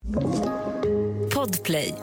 Podplay.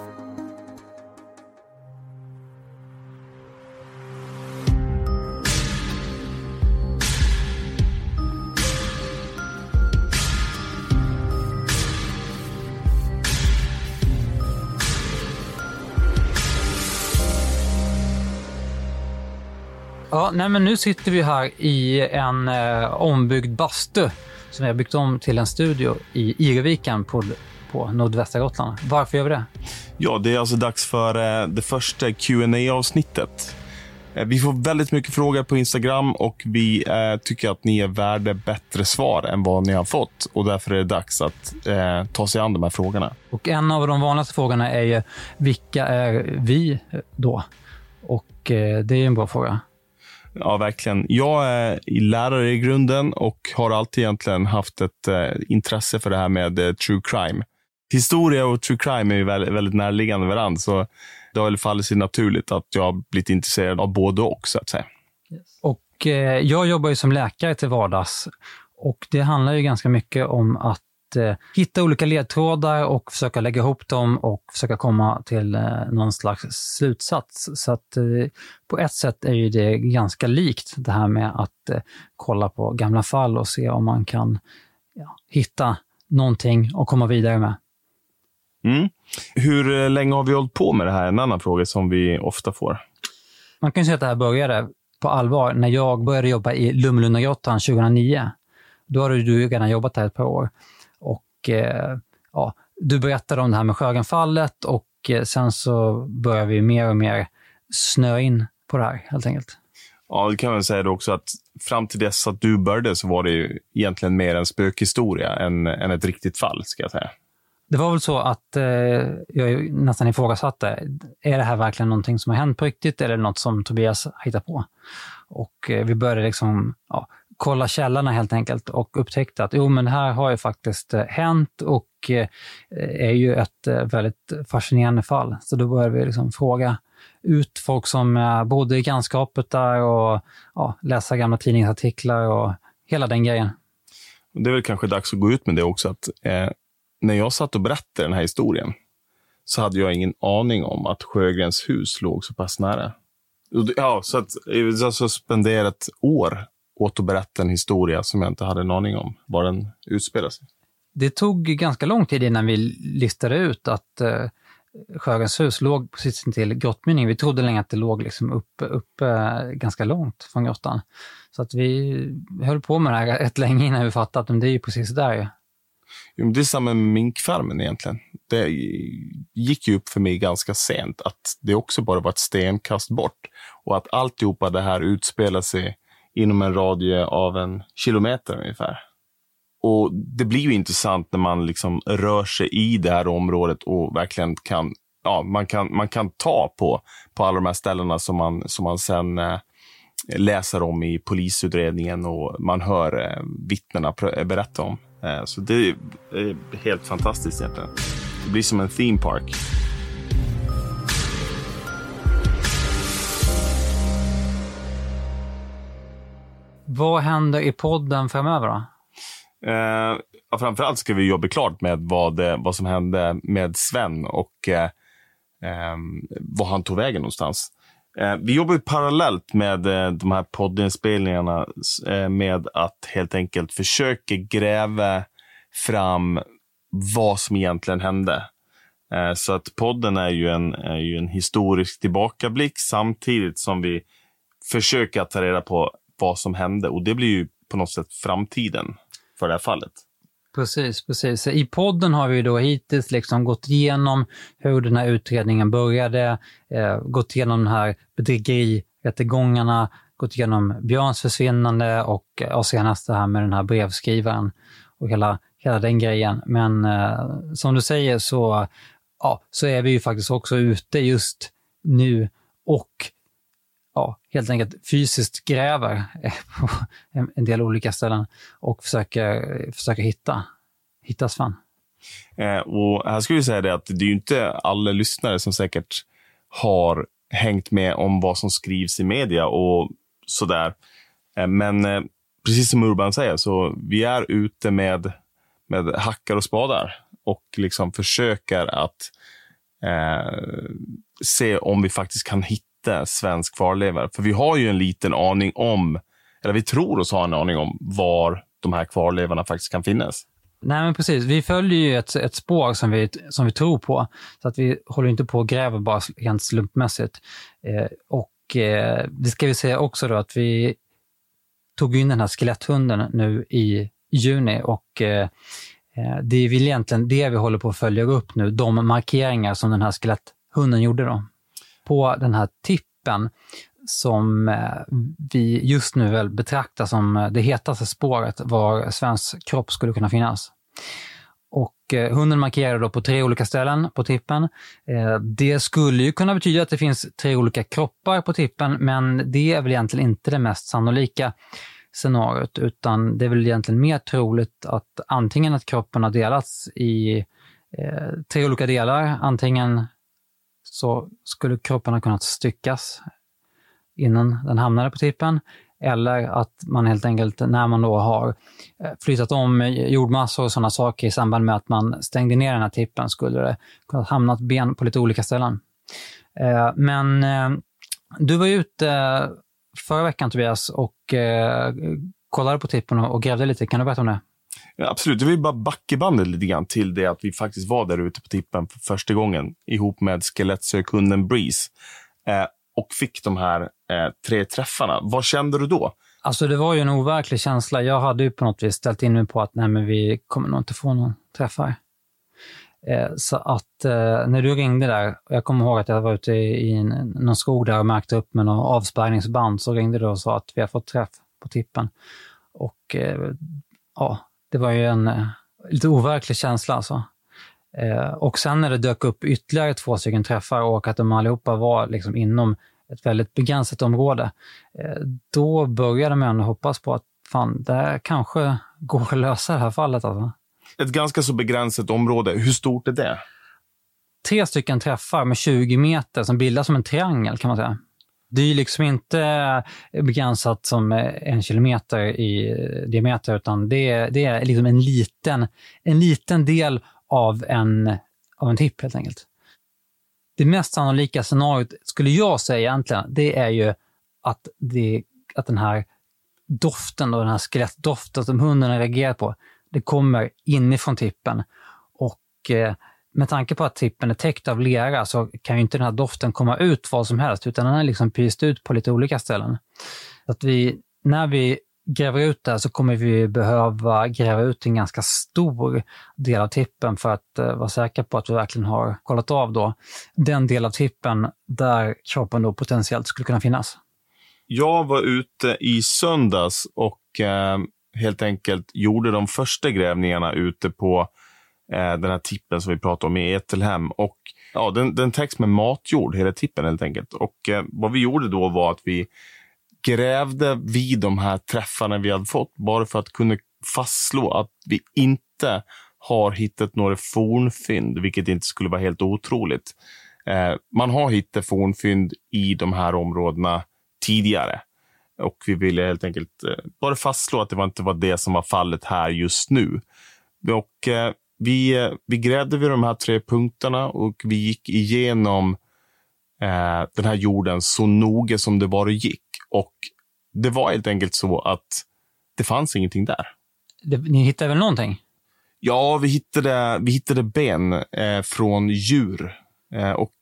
Ja, nej, men nu sitter vi här i en ombyggd bastu som vi har byggt om till en studio i Ireviken på nordvästra Gotland. Varför gör vi det? Ja, det är alltså dags för det första Q&A-avsnittet. Vi får väldigt mycket frågor på Instagram och vi tycker att ni är värda bättre svar än vad ni har fått. Och därför är det dags att ta sig an de här frågorna. Och en av de vanligaste frågorna är ju, vilka är vi då? Och det är en bra fråga. Ja, verkligen. Jag är lärare i grunden och har alltid egentligen haft ett intresse för det här med true crime. Historia och true crime är ju väldigt närliggande varandra, så det har väl fallit sig naturligt att jag har blivit intresserad av både och, så att säga. Yes. Och jag jobbar ju som läkare till vardags och det handlar ju ganska mycket om att hitta olika ledtrådar och försöka lägga ihop dem och försöka komma till någon slags slutsats. Så att på ett sätt är ju det ganska likt det här med att kolla på gamla fall och se om man kan hitta någonting och komma vidare med. Mm. Hur länge har vi hållit på med det här? En annan fråga som vi ofta får. Man kan säga att det här började på allvar när jag började jobba i Lummelundagrottan 2009. Då hade du redan jobbat här ett par år. Och du berättade om det här med Sjögrenfallet och sen så börjar vi mer och mer snö in på det här helt enkelt. Ja, det kan man säga då också att fram till dess att du började så var det ju egentligen mer en spökhistoria än ett riktigt fall, ska jag säga. Det var väl så att jag nästan ifrågasatte, är det här verkligen någonting som har hänt på riktigt eller något som Tobias hittar på? Och vi började liksom kolla källorna helt enkelt och upptäckte att men det här har ju faktiskt hänt och är ju ett väldigt fascinerande fall. Så då började vi liksom fråga ut folk som bodde i grannskapet där och läsa gamla tidningsartiklar och hela den grejen. Det är väl kanske dags att gå ut med det också, att när jag satt och berättade den här historien så hade jag ingen aning om att Sjögrens hus låg så pass nära. Ja, så att jag alltså spenderat ett år åt att berätta en historia som jag inte hade en aning om var den utspelar sig. Det tog ganska lång tid innan vi listade ut att Sjögrens hus låg precis till grottmynning. Vi trodde länge att det låg liksom upp ganska långt från grottan. Så att vi höll på med det här rätt länge innan vi fattade att det är ju precis där. Jo, men det är samma med minkfarmen egentligen. Det gick ju upp för mig ganska sent att det också bara var ett stenkast bort. Och att alltihopa det här utspelar sig inom en radie av 1 kilometer ungefär. Och det blir ju intressant när man liksom rör sig i det här området och verkligen kan, man kan ta på alla de här ställena som man sen läser om i polisutredningen och man hör vittnena berätta om. Så det är helt fantastiskt egentligen. Det blir som en theme park. Vad händer i podden framöver då? Framförallt ska vi jobba klart med vad som hände med Sven och vad han tog vägen någonstans. Vi jobbar parallellt med de här poddinspelningarna med att helt enkelt försöka gräva fram vad som egentligen hände. Så att podden är ju en historisk tillbakablick samtidigt som vi försöker ta reda på vad som hände. Och det blir ju på något sätt framtiden för det här fallet. Precis. I podden har vi då hittills liksom gått igenom hur den här utredningen började, gått igenom den här bedrägerirättegångarna, gått igenom Björns försvinnande och senast det här med den här brevskrivaren och hela den grejen. Men som du säger så är vi ju faktiskt också ute just nu och helt enkelt fysiskt gräver på en del olika ställen och försöker hitta Sven. Och här ska vi säga det att det är ju inte alla lyssnare som säkert har hängt med om vad som skrivs i media och sådär. Men precis som Urban säger så vi är ute med hackar och spadar och liksom försöker att se om vi faktiskt kan hitta svensk kvarlevare. För vi har ju en liten aning om, eller vi tror oss ha en aning om var de här kvarlevarna faktiskt kan finnas. Nej, men precis. Vi följer ju ett spår som vi tror på. Så att vi håller inte på och gräver bara helt slumpmässigt. Det ska vi säga också då att vi tog in den här skeletthunden nu i juni och det är väl egentligen det vi håller på att följa upp nu. De markeringar som den här skeletthunden gjorde då. På den här tippen som vi just nu väl betraktar som det hetaste spåret var svensk kropp skulle kunna finnas. Och hunden markerade då på 3 olika ställen på tippen. Det skulle ju kunna betyda att det finns 3 olika kroppar på tippen, men det är väl egentligen inte det mest sannolika scenariot, utan det är väl egentligen mer troligt att antingen att kroppen har delats i 3 olika delar, antingen så skulle kroppen ha kunnat styckas innan den hamnade på tippen, eller att man helt enkelt när man då har flyttat om jordmassor och sådana saker i samband med att man stängde ner den här tippen skulle det kunna hamna ett ben på lite olika ställen. Men du var ute förra veckan, Tobias, och kollade på tippen och grävde lite. Kan du berätta om det? Ja, absolut, jag vill bara backa bandet lite grann till det att vi faktiskt var där ute på tippen för första gången ihop med skelettsökhunden Breeze och fick de här 3 träffarna. Vad kände du då? Alltså det var ju en overklig känsla. Jag hade ju på något vis ställt in mig på att nej, men vi kommer nog inte få någon träffar. Så att när du ringde där, jag kommer ihåg att jag var ute i någon skog där och märkte upp med någon avspärrningsband, så ringde du och sa att vi har fått träff på tippen. Och ja, det var ju en lite overklig känsla alltså. Och sen när det dök upp ytterligare 2 stycken träffar och att de allihopa var liksom inom ett väldigt begränsat område, då började man ändå hoppas på att fan, det här kanske går att lösa det här fallet alltså. Ett ganska så begränsat område. Hur stort är det? 3 stycken träffar med 20 meter som bildas som en triangel kan man säga. Det är ju liksom inte begränsat som 1 kilometer i diameter, utan det är liksom en liten del av en tipp helt enkelt. Det mest sannolika scenariot skulle jag säga egentligen, det är ju att den här doften och den här skelettdoften som hunden har reagerat på, det kommer inifrån tippen. Och med tanke på att tippen är täckt av lera så kan ju inte den här doften komma ut vad som helst, utan den är liksom pyst ut på lite olika ställen. Så att när vi gräver ut det här så kommer vi behöva gräva ut en ganska stor del av tippen för att vara säkra på att vi verkligen har kollat av då den del av tippen där kroppen då potentiellt skulle kunna finnas. Jag var ute i söndags och helt enkelt gjorde de första grävningarna ute på den här tippen som vi pratade om i Etelhem. Och ja, den täcks med matjord, hela tippen helt enkelt. Och vad vi gjorde då var att vi grävde vid de här träffarna vi hade fått, bara för att kunna fastslå att vi inte har hittat några fornfynd, vilket inte skulle vara helt otroligt. Man har hittat fornfynd i de här områdena tidigare. Och vi ville helt enkelt bara fastslå att det inte var det som var fallet här just nu. Och vi grävde vid de här 3 punkterna och vi gick igenom den här jorden så noga som det bara gick. Och det var helt enkelt så att det fanns ingenting där. Ni hittade väl någonting? Ja, vi hittade ben från djur. Och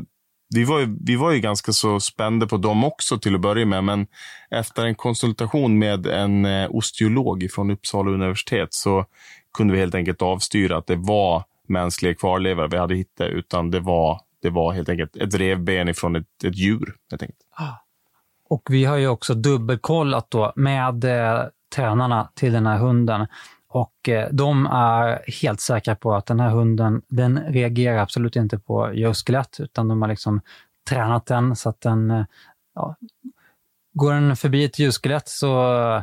vi var ju ganska så spända på dem också till att börja med. Men efter en konsultation med en osteolog från Uppsala universitet så kunde vi helt enkelt avstyra att det var mänskliga kvarlevare vi hade hittat. Utan det var helt enkelt ett revben ifrån ett djur. Helt enkelt. Och vi har ju också dubbelkollat då med tränarna till den här hunden. Och de är helt säkra på att den här hunden, den reagerar absolut inte på djurskelett, utan de har liksom tränat den så att den, går den förbi ett djurskelett så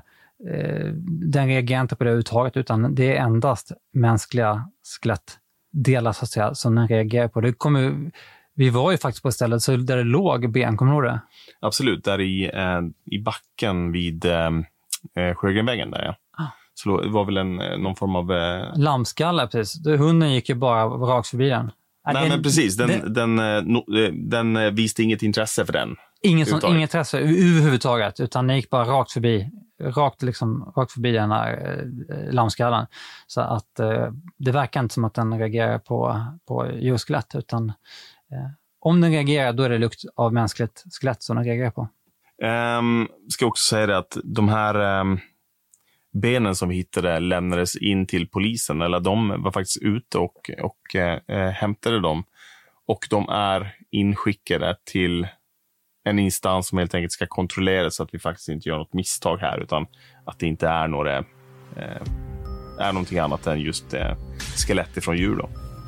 den reagerar inte på det uttaget, utan det är endast mänskliga skelettdelar så att säga som den reagerar på. Vi var ju faktiskt på stället där det låg ben, kommer du ihåg det? Absolut, där i backen vid Sjögrenvägen där, ja. Så det var väl någon form av... Lammskalle, precis. Hunden gick ju bara rakt förbi den. Nej, men precis. Den visste inget intresse för den. Inget intresse överhuvudtaget, utan den gick bara rakt förbi den här lammskallen. Så att det verkar inte som att den reagerar på djurskelett, utan om den reagerar, då är det lukt av mänskligt skelett som den reagerar på. Ska också säga det att de här benen som vi hittade lämnades in till polisen, eller de var faktiskt ute och hämtade dem. Och de är inskickade till en instans som helt enkelt ska kontrollera så att vi faktiskt inte gör något misstag här, utan att det inte är någonting annat än just skelett från djur då.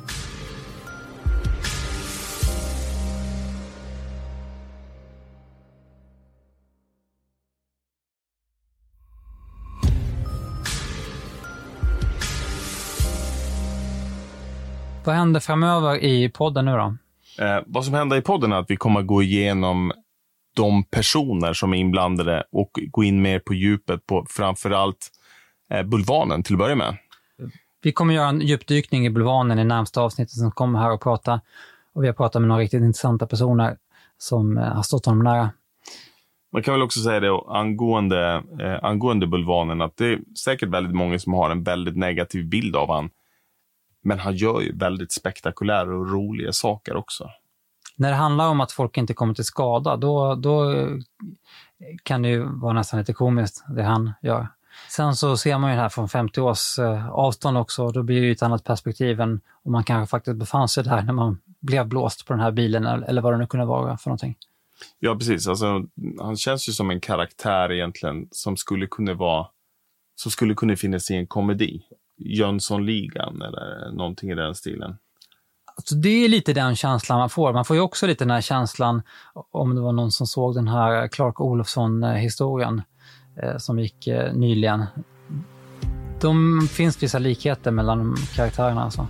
Vad händer framöver i podden nu då? Vad som händer i podden är att vi kommer gå igenom de personer som är inblandade och gå in mer på djupet på framförallt bulvanen till att börja med. Vi kommer göra en djupdykning i bulvanen i närmsta avsnittet som kommer här och prata. Och vi har pratat med några riktigt intressanta personer som har stått honom nära. Man kan väl också säga det angående bulvanen, att det är säkert väldigt många som har en väldigt negativ bild av han. Men han gör ju väldigt spektakulära och roliga saker också. När det handlar om att folk inte kommer till skada, då kan det ju vara nästan lite komiskt det han gör. Sen så ser man ju det här från 50 års avstånd också. Då blir det ju ett annat perspektiv än om man kanske faktiskt befann sig där när man blev blåst på den här bilen eller vad det nu kunde vara för någonting. Ja, precis. Alltså, han känns ju som en karaktär egentligen som skulle kunna finnas i en komedi. Jönssonligan eller någonting i den stilen. Alltså det är lite den känslan man får. Man får ju också lite den här känslan, om det var någon som såg den här Clark Olofsson-historien som gick nyligen. De finns vissa likheter mellan de karaktärerna alltså.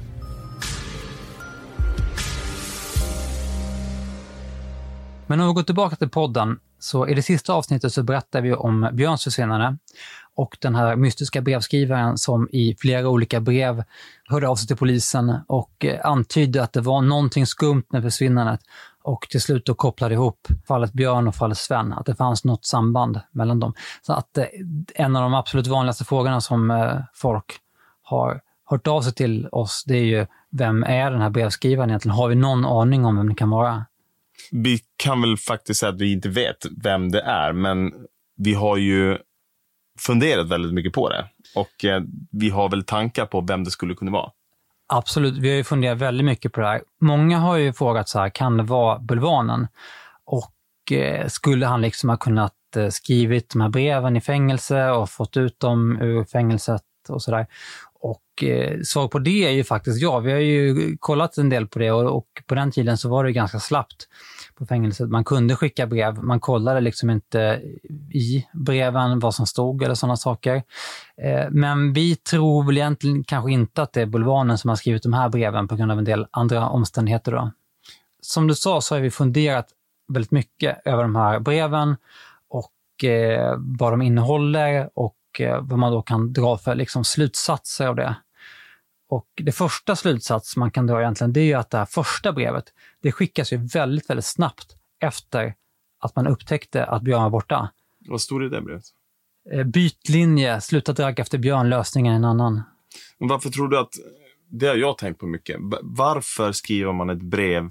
Men om vi går tillbaka till podden, så i det sista avsnittet så berättar vi om björnsförsvinnande och den här mystiska brevskrivaren som i flera olika brev hörde av sig till polisen och antydde att det var någonting skumt med försvinnandet, och till slut då kopplade ihop fallet Björn och fallet Sven, att det fanns något samband mellan dem. Så att en av de absolut vanligaste frågorna som folk har hört av sig till oss, det är ju: vem är den här brevskrivaren egentligen? Har vi någon aning om vem det kan vara? Vi kan väl faktiskt säga att vi inte vet vem det är, men vi har ju funderat väldigt mycket på det. Och vi har väl tankar på vem det skulle kunna vara. Absolut, vi har ju funderat väldigt mycket på det här. Många har ju frågat så här: kan det vara bulvanen? Och skulle han liksom ha kunnat skrivit de här breven i fängelse och fått ut dem ur fängelset och sådär? Och svar på det är ju faktiskt ja. Vi har ju kollat en del på det, och på den tiden så var det ganska slappt på fängelset. Man kunde skicka brev, man kollade liksom inte i breven vad som stod eller sådana saker. Men vi tror väl egentligen kanske inte att det är bulvanen som har skrivit de här breven på grund av en del andra omständigheter då. Som du sa så har vi funderat väldigt mycket över de här breven och vad de innehåller och vad man då kan dra för liksom slutsatser av det. Och det första slutsats man kan dra egentligen, det är ju att det här första brevet, det skickas ju väldigt, väldigt snabbt efter att man upptäckte att Björn var borta. Vad stod det i det brevet? Byt linje, sluta drag efter Björn, lösningen är en annan. Men varför tror du att, det har jag tänkt på mycket, varför skriver man ett brev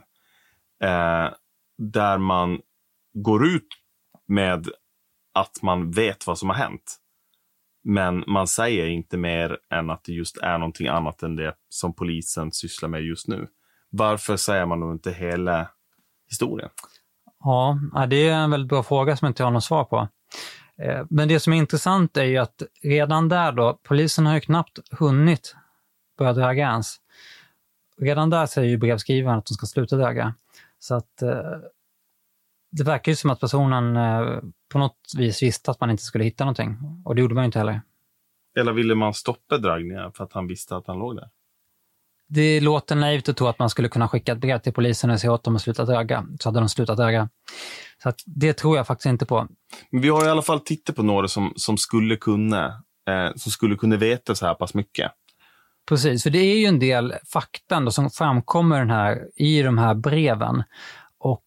där man går ut med att man vet vad som har hänt? Men man säger inte mer än att det just är någonting annat än det som polisen sysslar med just nu. Varför säger man då inte hela historien? Ja, det är en väldigt bra fråga som jag inte har något svar på. Men det som är intressant är ju att redan där då, polisen har ju knappt hunnit börja draga ens. Redan där säger ju brevskrivaren att de ska sluta draga. Så att det verkar ju som att personen på något vis visste att man inte skulle hitta någonting. Och det gjorde man ju inte heller. Eller ville man stoppa dragningen för att han visste att han låg där? Det låter naivt att tro att man skulle kunna skicka ett brev till polisen och säga åt dem att sluta draga. Så hade de slutat draga. Så att det tror jag faktiskt inte på. Men vi har i alla fall tittat på några som skulle kunna som skulle kunna veta så här pass mycket. Precis, för det är ju en del fakta då som framkommer i de här breven. Och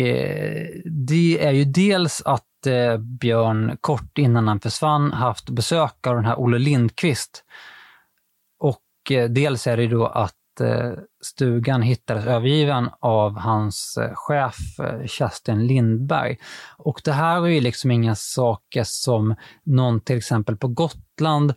det är ju dels att Björn kort innan han försvann haft besök av den här Olle Lindqvist. Och dels är det då att stugan hittades övergiven av hans chef Kerstin Lindberg. Och det här är ju liksom inga saker som någon till exempel på Gotland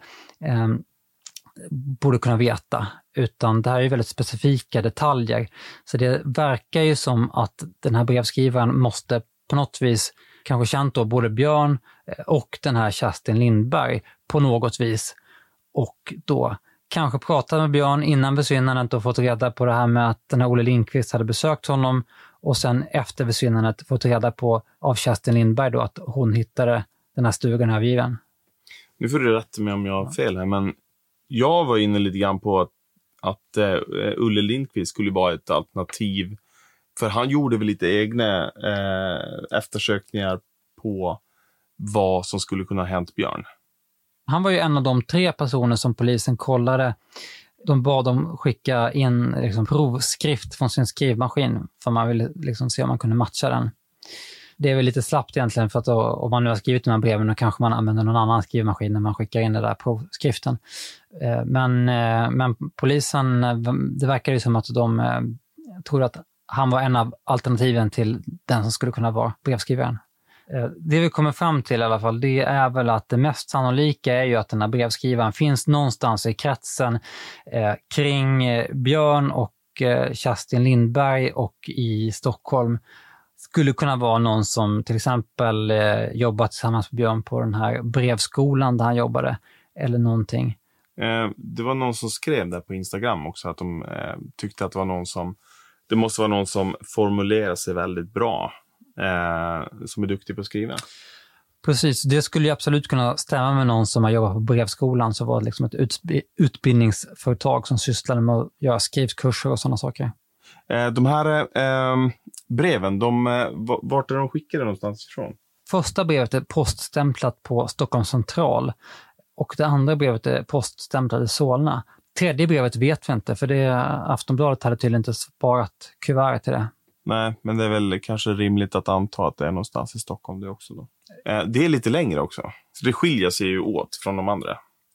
borde kunna veta, utan det här är väldigt specifika detaljer. Så det verkar ju som att den här brevskrivaren måste på något vis kanske känt då både Björn och den här Kerstin Lindberg på något vis. Och då kanske pratat med Björn innan försvinnandet och fått reda på det här med att den här Olle Lindqvist hade besökt honom, och sen efter försvinnandet fått reda på av Kerstin Lindberg då att hon hittade den här stugan övergiven. Nu får du rätta mig om jag har fel här, men jag var inne lite grann på att Olle Lindqvist skulle vara ett alternativ. För han gjorde väl lite egna eftersökningar på vad som skulle kunna ha hänt Björn. Han var ju en av de 3 personer som polisen kollade. De bad dem skicka in liksom provskrift från sin skrivmaskin för man ville liksom se om man kunde matcha den. Det är väl lite slappt egentligen, för att om man nu har skrivit de här breven då kanske man använder någon annan skrivmaskin när man skickar in den där provskriften. Men polisen, det verkar ju som att de trodde att han var en av alternativen till den som skulle kunna vara brevskrivaren. Det vi kommer fram till i alla fall, det är väl att det mest sannolika är ju att den här brevskrivaren finns någonstans i kretsen kring Björn och Kerstin Lindberg och i Stockholm. Skulle kunna vara någon som till exempel jobbat tillsammans med Björn på den här brevskolan där han jobbade, eller någonting. Det var någon som skrev där på Instagram också att de tyckte att det måste vara någon som formulerar sig väldigt bra, som är duktig på att skriva. Precis, det skulle ju absolut kunna stämma med någon som har jobbat på brevskolan, så var det liksom ett utbildningsföretag som sysslade med att göra skrivskurser och sådana saker. De här breven, vart är de skickade någonstans ifrån? Första brevet är poststämplat på Stockholms central och det andra brevet är poststämplat i Solna. Tredje brevet vet vi inte, för Aftonbladet hade tydligen inte sparat kuvertet till det. Nej, men det är väl kanske rimligt att anta att det är någonstans i Stockholm det också då. Det är lite längre också, så det skiljer sig ju åt från de andra.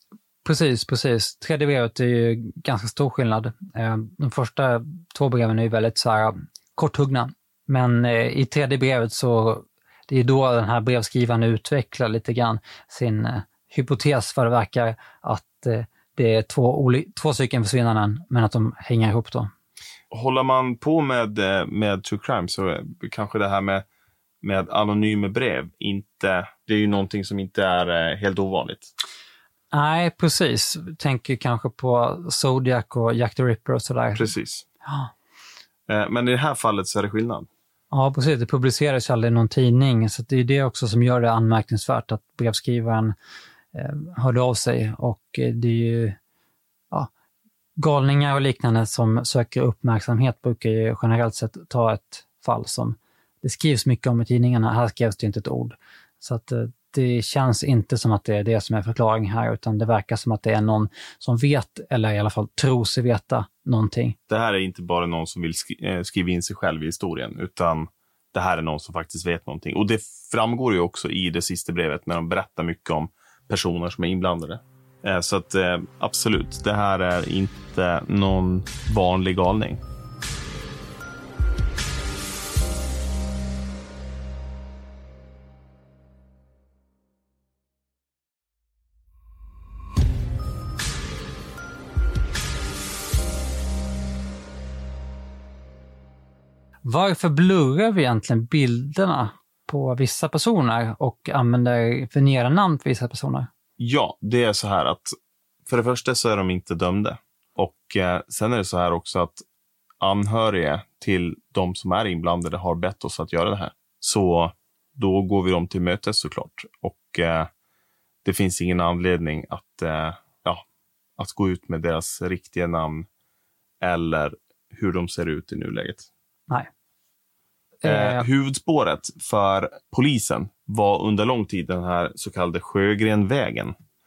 Precis. Tredje brevet är ju ganska stor skillnad. De första 2 breven är ju väldigt så här korthuggna. Men i tredje brevet så det är då den här brevskrivaren utvecklar lite grann sin hypotes vad det verkar att det är två stycken försvinnanden, men att de hänger ihop då. Håller man på med true crime så kanske det här med anonyma brev det är ju någonting som inte är helt ovanligt. Nej, precis. Tänker kanske på Zodiac och Jack the Ripper och sådär. Precis. Ja. Men i det här fallet så är det skillnad. Ja, precis. Det publiceras aldrig i någon tidning, så det är det också som gör det anmärkningsvärt att brevskrivaren hörde av sig. Och det är ju galningar och liknande som söker uppmärksamhet brukar ju generellt sett ta ett fall som det skrivs mycket om i tidningarna. Här skrevs det inte ett ord. Så att det känns inte som att det är det som är förklaring här, utan det verkar som att det är någon som vet, eller i alla fall tror sig veta någonting. Det här är inte bara någon som vill skriva in sig själv i historien, utan det här är någon som faktiskt vet någonting. Och det framgår ju också i det sista brevet när de berättar mycket om personer som är inblandade. Så att absolut, det här är inte någon vanlig galning. Varför blurrar vi egentligen bilderna på vissa personer och använder förnedrande på vissa personer? Ja, det är så här att för det första så är de inte dömda. Och sen är det så här också att anhöriga till de som är inblandade har bett oss att göra det här. Så då går vi dem till mötes såklart. Och det finns ingen anledning att gå ut med deras riktiga namn eller hur de ser ut i nuläget. Nej. Huvudspåret för polisen var under lång tid den här så kallade Sjögrenvägen.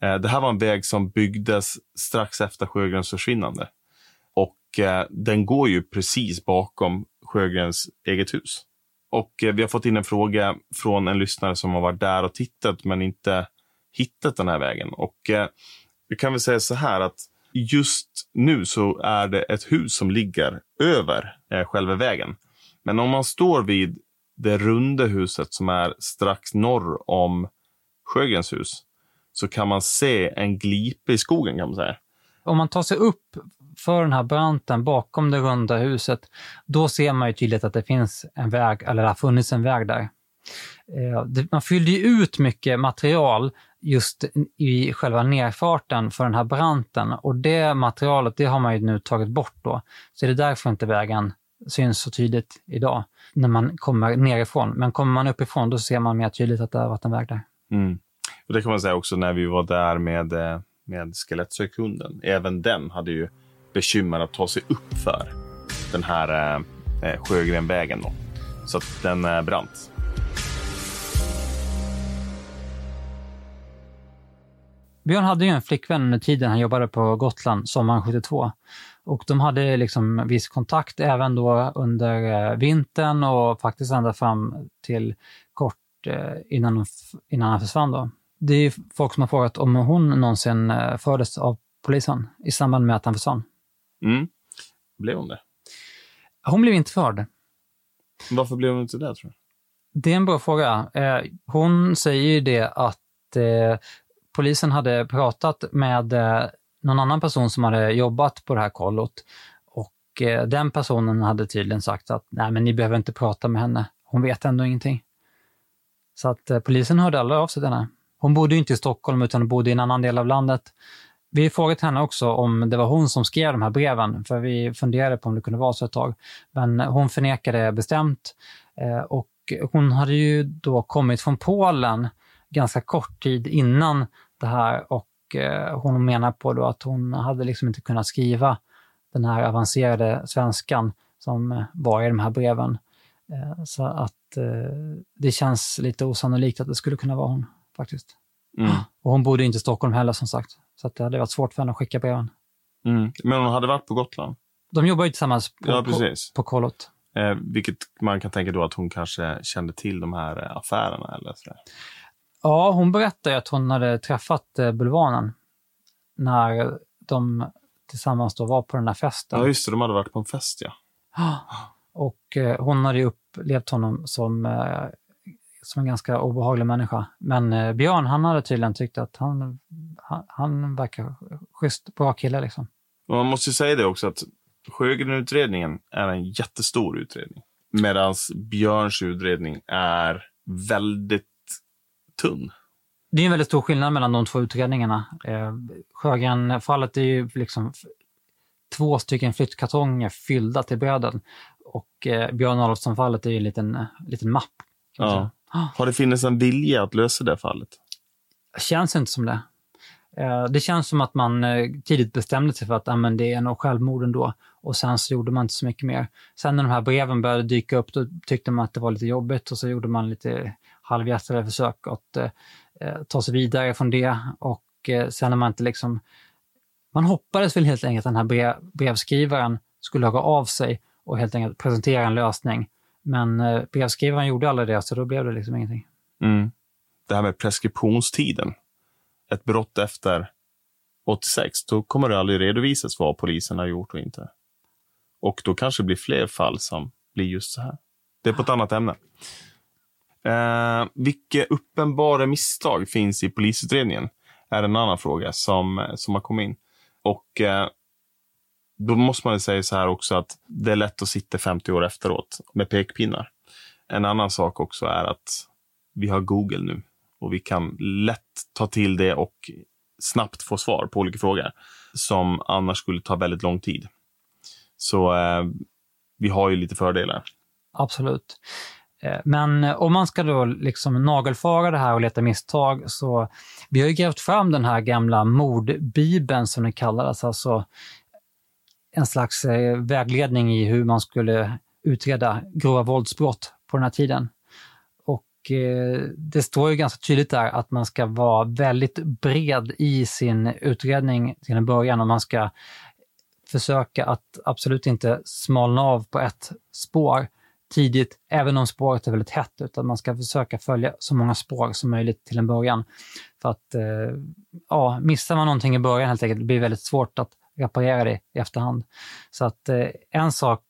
Det här var en väg som byggdes strax efter Sjögrens försvinnande. Och den går ju precis bakom Sjögrens eget hus. Och vi har fått in en fråga från en lyssnare som har varit där och tittat men inte hittat den här vägen. Och vi kan väl säga så här att just nu så är det ett hus som ligger över själva vägen. Men om man står vid det runda huset som är strax norr om Sjögrens hus så kan man se en glipa i skogen, kan man säga. Om man tar sig upp för den här branten bakom det runda huset, då ser man ju tydligt att det finns en väg, eller det har funnits en väg där. Man fyllde ju ut mycket material just i själva nerfarten för den här branten, och det materialet, det har man ju nu tagit bort då. Så det är därför inte vägen syns så tydligt idag när man kommer nerifrån. Men kommer man uppifrån, då ser man mer tydligt att det har varit en väg där. Mm. Och det kan man säga också när vi var där med skelettsökhunden. Även den hade ju bekymmer att ta sig upp för den här Sjögrenvägen då. Så att den är brant. Björn hade ju en flickvän under tiden han jobbade på Gotland sommaren 72. Och de hade liksom viss kontakt även då under vintern och faktiskt ända fram till kort innan han försvann då. Det är folk som har frågat om hon någonsin fördes av polisen i samband med att han försvann. Mm. Blev hon det? Hon blev inte förd. Varför blev hon inte det, tror jag? Det är en bra fråga. Hon säger ju det att polisen hade pratat med någon annan person som hade jobbat på det här kollot. Och den personen hade tydligen sagt att nej, men ni behöver inte prata med henne. Hon vet ändå ingenting. Så att polisen hörde aldrig av sig denna. Hon bodde ju inte i Stockholm utan hon bodde i en annan del av landet. Vi frågat henne också om det var hon som skrev de här breven. För vi funderade på om det kunde vara så ett tag. Men hon förnekade bestämt. Och hon hade ju då kommit från Polen ganska kort tid innan det här. Och hon menar på då att hon hade liksom inte kunnat skriva den här avancerade svenskan som var i de här breven. Så att det känns lite osannolikt att det skulle kunna vara hon faktiskt. Mm. Och hon bodde inte i Stockholm heller som sagt. Så att det hade varit svårt för henne att skicka breven. Mm. Men hon hade varit på Gotland? De jobbar ju tillsammans på kollot. Vilket man kan tänka då att hon kanske kände till de här affärerna eller så. Ja, hon berättade att hon hade träffat bulvanen när de tillsammans då var på den här festen. Ja just det, de hade varit på en fest, ja. Och hon hade ju upplevt honom som en ganska obehaglig människa. Men Björn, han hade tydligen tyckt att han verkar schysst, bra kille liksom. Och man måste ju säga det också att Sjögrenutredningen är en jättestor utredning. Medan Björns utredning är väldigt tunn. Det är en väldigt stor skillnad mellan de två utredningarna. Sjögrenfallet är ju liksom 2 stycken flyttkartonger fyllda till bröden. Och Björn Adolfsson-fallet är ju en liten mapp. Ja. Har det funnits en vilja att lösa det fallet? Känns inte som det. Det känns som att man tidigt bestämde sig för att det är nog självmord ändå. Och sen så gjorde man inte så mycket mer. Sen när de här breven började dyka upp då tyckte man att det var lite jobbigt. Och så gjorde man lite halvhjärtade försök att ta sig vidare från det. Och sen när man inte liksom... Man hoppades väl helt enkelt att den här brevskrivaren skulle höra av sig och helt enkelt presentera en lösning. Men brevskrivaren gjorde aldrig det, så då blev det liksom ingenting. Mm. Det här med preskriptionstiden. Ett brott efter 86, då kommer det aldrig redovisas vad polisen har gjort och inte. Och då kanske det blir fler fall som blir just så här. Det är på ett annat ämne. Vilka uppenbara misstag finns i polisutredningen är en annan fråga som har kommit in. Och då måste man säga så här också att det är lätt att sitta 50 år efteråt med pekpinnar. En annan sak också är att vi har Google nu och vi kan lätt ta till det och snabbt få svar på olika frågor som annars skulle ta väldigt lång tid. Så vi har ju lite fördelar. Absolut. Men om man ska då liksom nagelfara det här och leta misstag, så vi har ju grävt fram den här gamla mordbibeln som den kallades, alltså en slags vägledning i hur man skulle utreda grova våldsbrott på den här tiden. Och det står ju ganska tydligt där att man ska vara väldigt bred i sin utredning till en början, och man ska försöka att absolut inte smalna av på ett spår tidigt, även om spåret är väldigt hett, utan man ska försöka följa så många spår som möjligt till en början. För att missar man någonting i början helt enkelt, det blir väldigt svårt att reparera det i efterhand. Så att en sak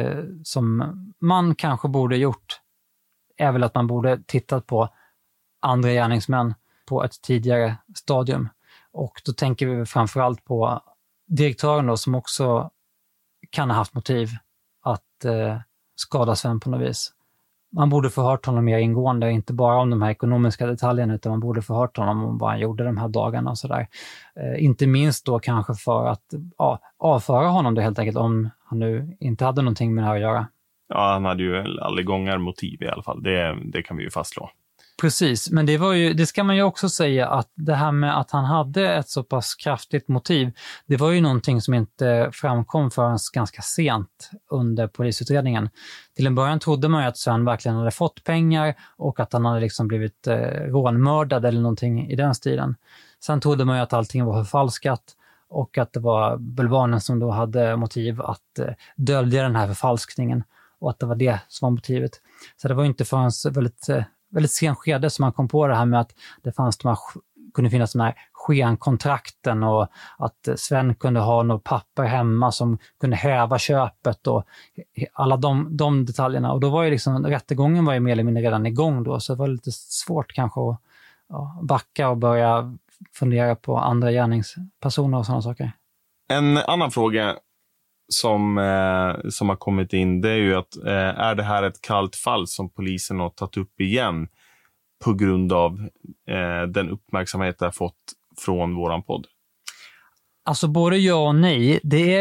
som man kanske borde gjort är väl att man borde tittat på andra gärningsmän på ett tidigare stadium. Och då tänker vi framförallt på direktören då, som också kan ha haft motiv att skada Sven på något vis. Man borde förhört honom mer ingående, inte bara om de här ekonomiska detaljerna, utan man borde förhört honom om vad han gjorde de här dagarna och sådär. Inte minst då kanske för att avföra honom det helt enkelt, om han nu inte hade någonting med det här att göra. Ja, han hade ju allgångar motiv i alla fall. Det kan vi ju fastslå. Precis, men det ska man ju också säga, att det här med att han hade ett så pass kraftigt motiv, det var ju någonting som inte framkom förrän ganska sent under polisutredningen. Till en början trodde man ju att Sven verkligen hade fått pengar och att han hade liksom blivit rånmördad eller någonting i den stilen. Sen trodde man ju att allting var förfalskat och att det var bulvanen som då hade motiv att dölja den här förfalskningen, och att det var det som var motivet. Så det var inte förrän väldigt sen skede som man kom på det här med att det kunde finnas de här skenkontrakten, och att Sven kunde ha något papper hemma som kunde häva köpet och alla de detaljerna. Och då var ju liksom, rättegången var ju mer eller mindre redan igång då, så det var lite svårt kanske att backa och börja fundera på andra gärningspersoner och sådana saker. En annan fråga som har kommit in, det är ju att är det här ett kallt fall som polisen har tagit upp igen på grund av den uppmärksamhet det har fått från våran podd? Alltså både ja och nej. Det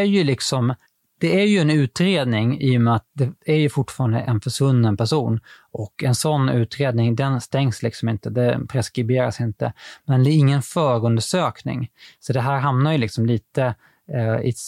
är ju en utredning, i och med att det är ju fortfarande en försvunnen person, och en sån utredning, den stängs liksom inte, det preskriberas inte, men det är ingen förundersökning. Så det här hamnar ju liksom lite i ett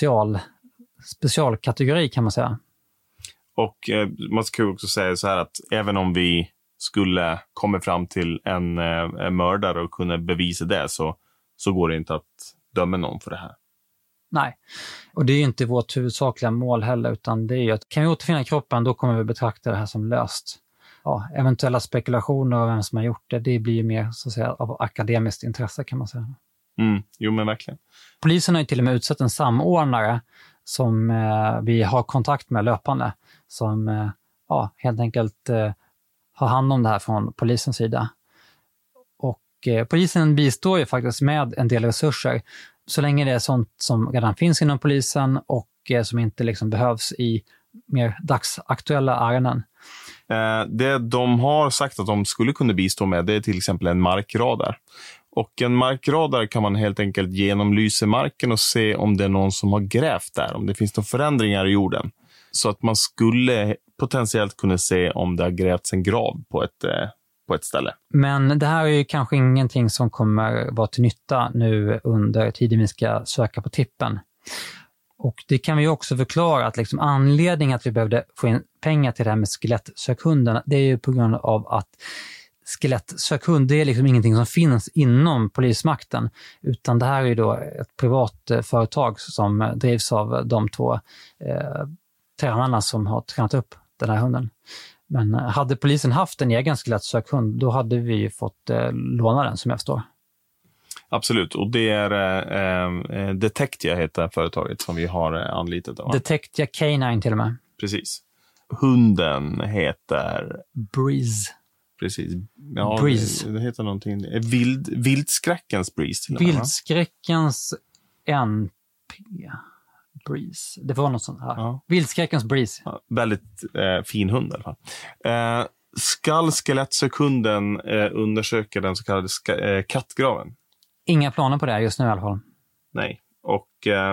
specialkategori, kan man säga. Och man ska också säga så här att även om vi skulle komma fram till en mördare och kunna bevisa det, så går det inte att döma någon för det här. Nej, och det är ju inte vårt huvudsakliga mål heller, utan det är ju att kan vi återfinna kroppen, då kommer vi betrakta det här som löst. Ja, eventuella spekulationer av vem som har gjort det blir ju mer så att säga av akademiskt intresse, kan man säga. Jo, men verkligen. Polisen har ju till och med utsett en samordnare som vi har kontakt med löpande, som helt enkelt har hand om det här från polisens sida. Och polisen bistår ju faktiskt med en del resurser, så länge det är sånt som redan finns inom polisen och som inte liksom behövs i mer dagsaktuella ärenden. Det de har sagt att de skulle kunna bistå med, det är till exempel en markradar. Och en markradar kan man helt enkelt genomlysa marken och se om det är någon som har grävt där, om det finns några förändringar i jorden. Så att man skulle potentiellt kunna se om det har grävts en grav på ett ställe. Men det här är ju kanske ingenting som kommer vara till nytta nu under tiden vi ska söka på tippen. Och det kan vi också förklara att liksom anledningen att vi behövde få in pengar till det här med skelettsökhunden, det är ju på grund av att skelettsökhund, det är liksom ingenting som finns inom polismakten, utan det här är ju då ett privat företag som drivs av de två tränarna som har tränat upp den här hunden. Men hade polisen haft en egen skelettsökhund, då hade vi ju fått låna den, som jag förstår. Absolut, och det är Detectia heter företaget som vi har anlitat. Detectia Canine till och med. Precis. Hunden heter Breeze. Precis. Ja, Breeze. Det heter någonting. Vildskräckens Breeze. Till Vildskräckens NP. Breeze. Det var något sånt här. Ja. Vildskräckens Breeze. Ja, väldigt fin hund i alla fall. Skall skelettsökhunden undersöka den så kallade kattgraven? Inga planer på det just nu i alla fall. Nej, och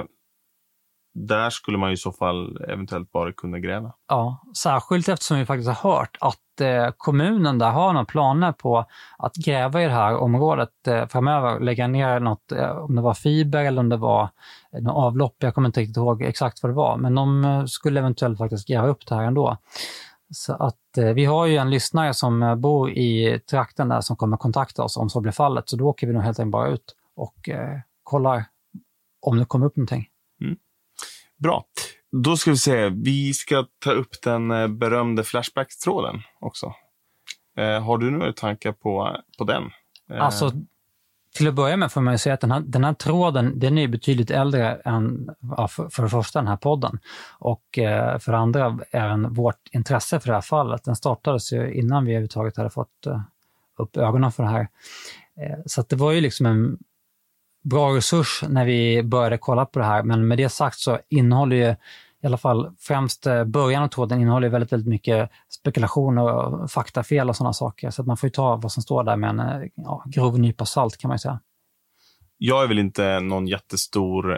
där skulle man i så fall eventuellt bara kunna gräva. Ja, särskilt eftersom vi faktiskt har hört att kommunen där har några planer på att gräva i det här området framöver, lägga ner något, om det var fiber eller om det var något avlopp, jag kommer inte riktigt ihåg exakt vad det var, men de skulle eventuellt faktiskt gräva upp det här ändå. Så att vi har ju en lyssnare som bor i trakten där som kommer kontakta oss om så blir fallet. Så då åker vi nog helt enkelt bara ut och kollar om det kommer upp någonting. Bra. Då ska vi se, vi ska ta upp den berömda Flashback-tråden också. Har du några tankar på den? Alltså, till att börja med får man ju säga att den här tråden, den är betydligt äldre än för det första den här podden. Och för det andra även vårt intresse för det här fallet. Den startades ju innan vi överhuvudtaget hade fått upp ögonen för det här. Så att det var ju liksom en bra resurs när vi började kolla på det här. Men med det sagt så innehåller ju i alla fall främst början av tråden innehåller väldigt, väldigt mycket spekulation och faktafel och sådana saker. Så att man får ju ta vad som står där med en grov nypa salt kan man ju säga. Jag är väl inte någon jättestor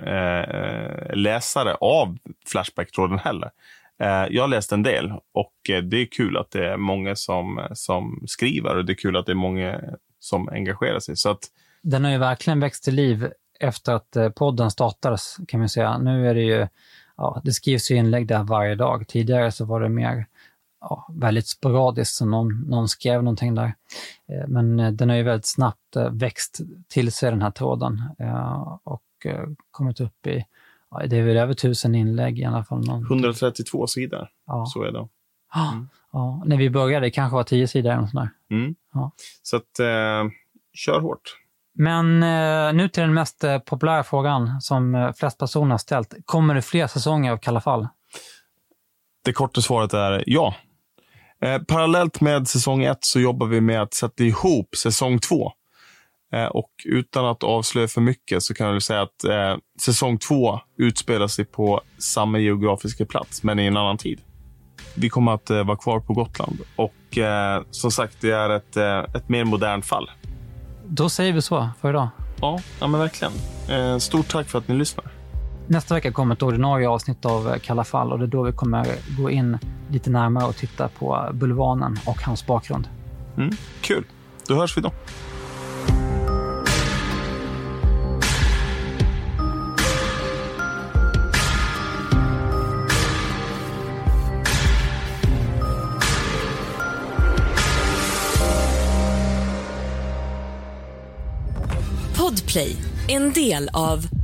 läsare av Flashback-tråden heller. Jag har läst en del och det är kul att det är många som skriver och det är kul att det är många som engagerar sig. Så att den har ju verkligen växt till liv efter att podden startades kan man säga. Nu är det ju, det skrivs ju inlägg där varje dag. Tidigare så var det mer väldigt sporadiskt som någon skrev någonting där. Men den har ju väldigt snabbt växt till sig den här tråden och kommit upp i, det är väl över 1000 inlägg i alla fall. 132 sidor, så är det. Ja, när vi började, det kanske var 10 sidor eller sådär. Så att, kör hårt. Men nu till den mest populära frågan som flest personer har ställt. Kommer det fler säsonger av Kalla fall? Det korta svaret är ja. Parallellt med säsong 1 så jobbar vi med att sätta ihop säsong 2. Och utan att avslöja för mycket så kan jag säga att säsong 2 utspelar sig på samma geografiska plats men i en annan tid. Vi kommer att vara kvar på Gotland och som sagt det är ett mer modernt fall. Då säger vi så för idag. Ja men verkligen. Stort tack för att ni lyssnar. Nästa vecka kommer ett ordinarie avsnitt av Kalla fall och det är då vi kommer gå in lite närmare och titta på Bulvanen och hans bakgrund. Kul. Då hörs vi då. Podplay, en del av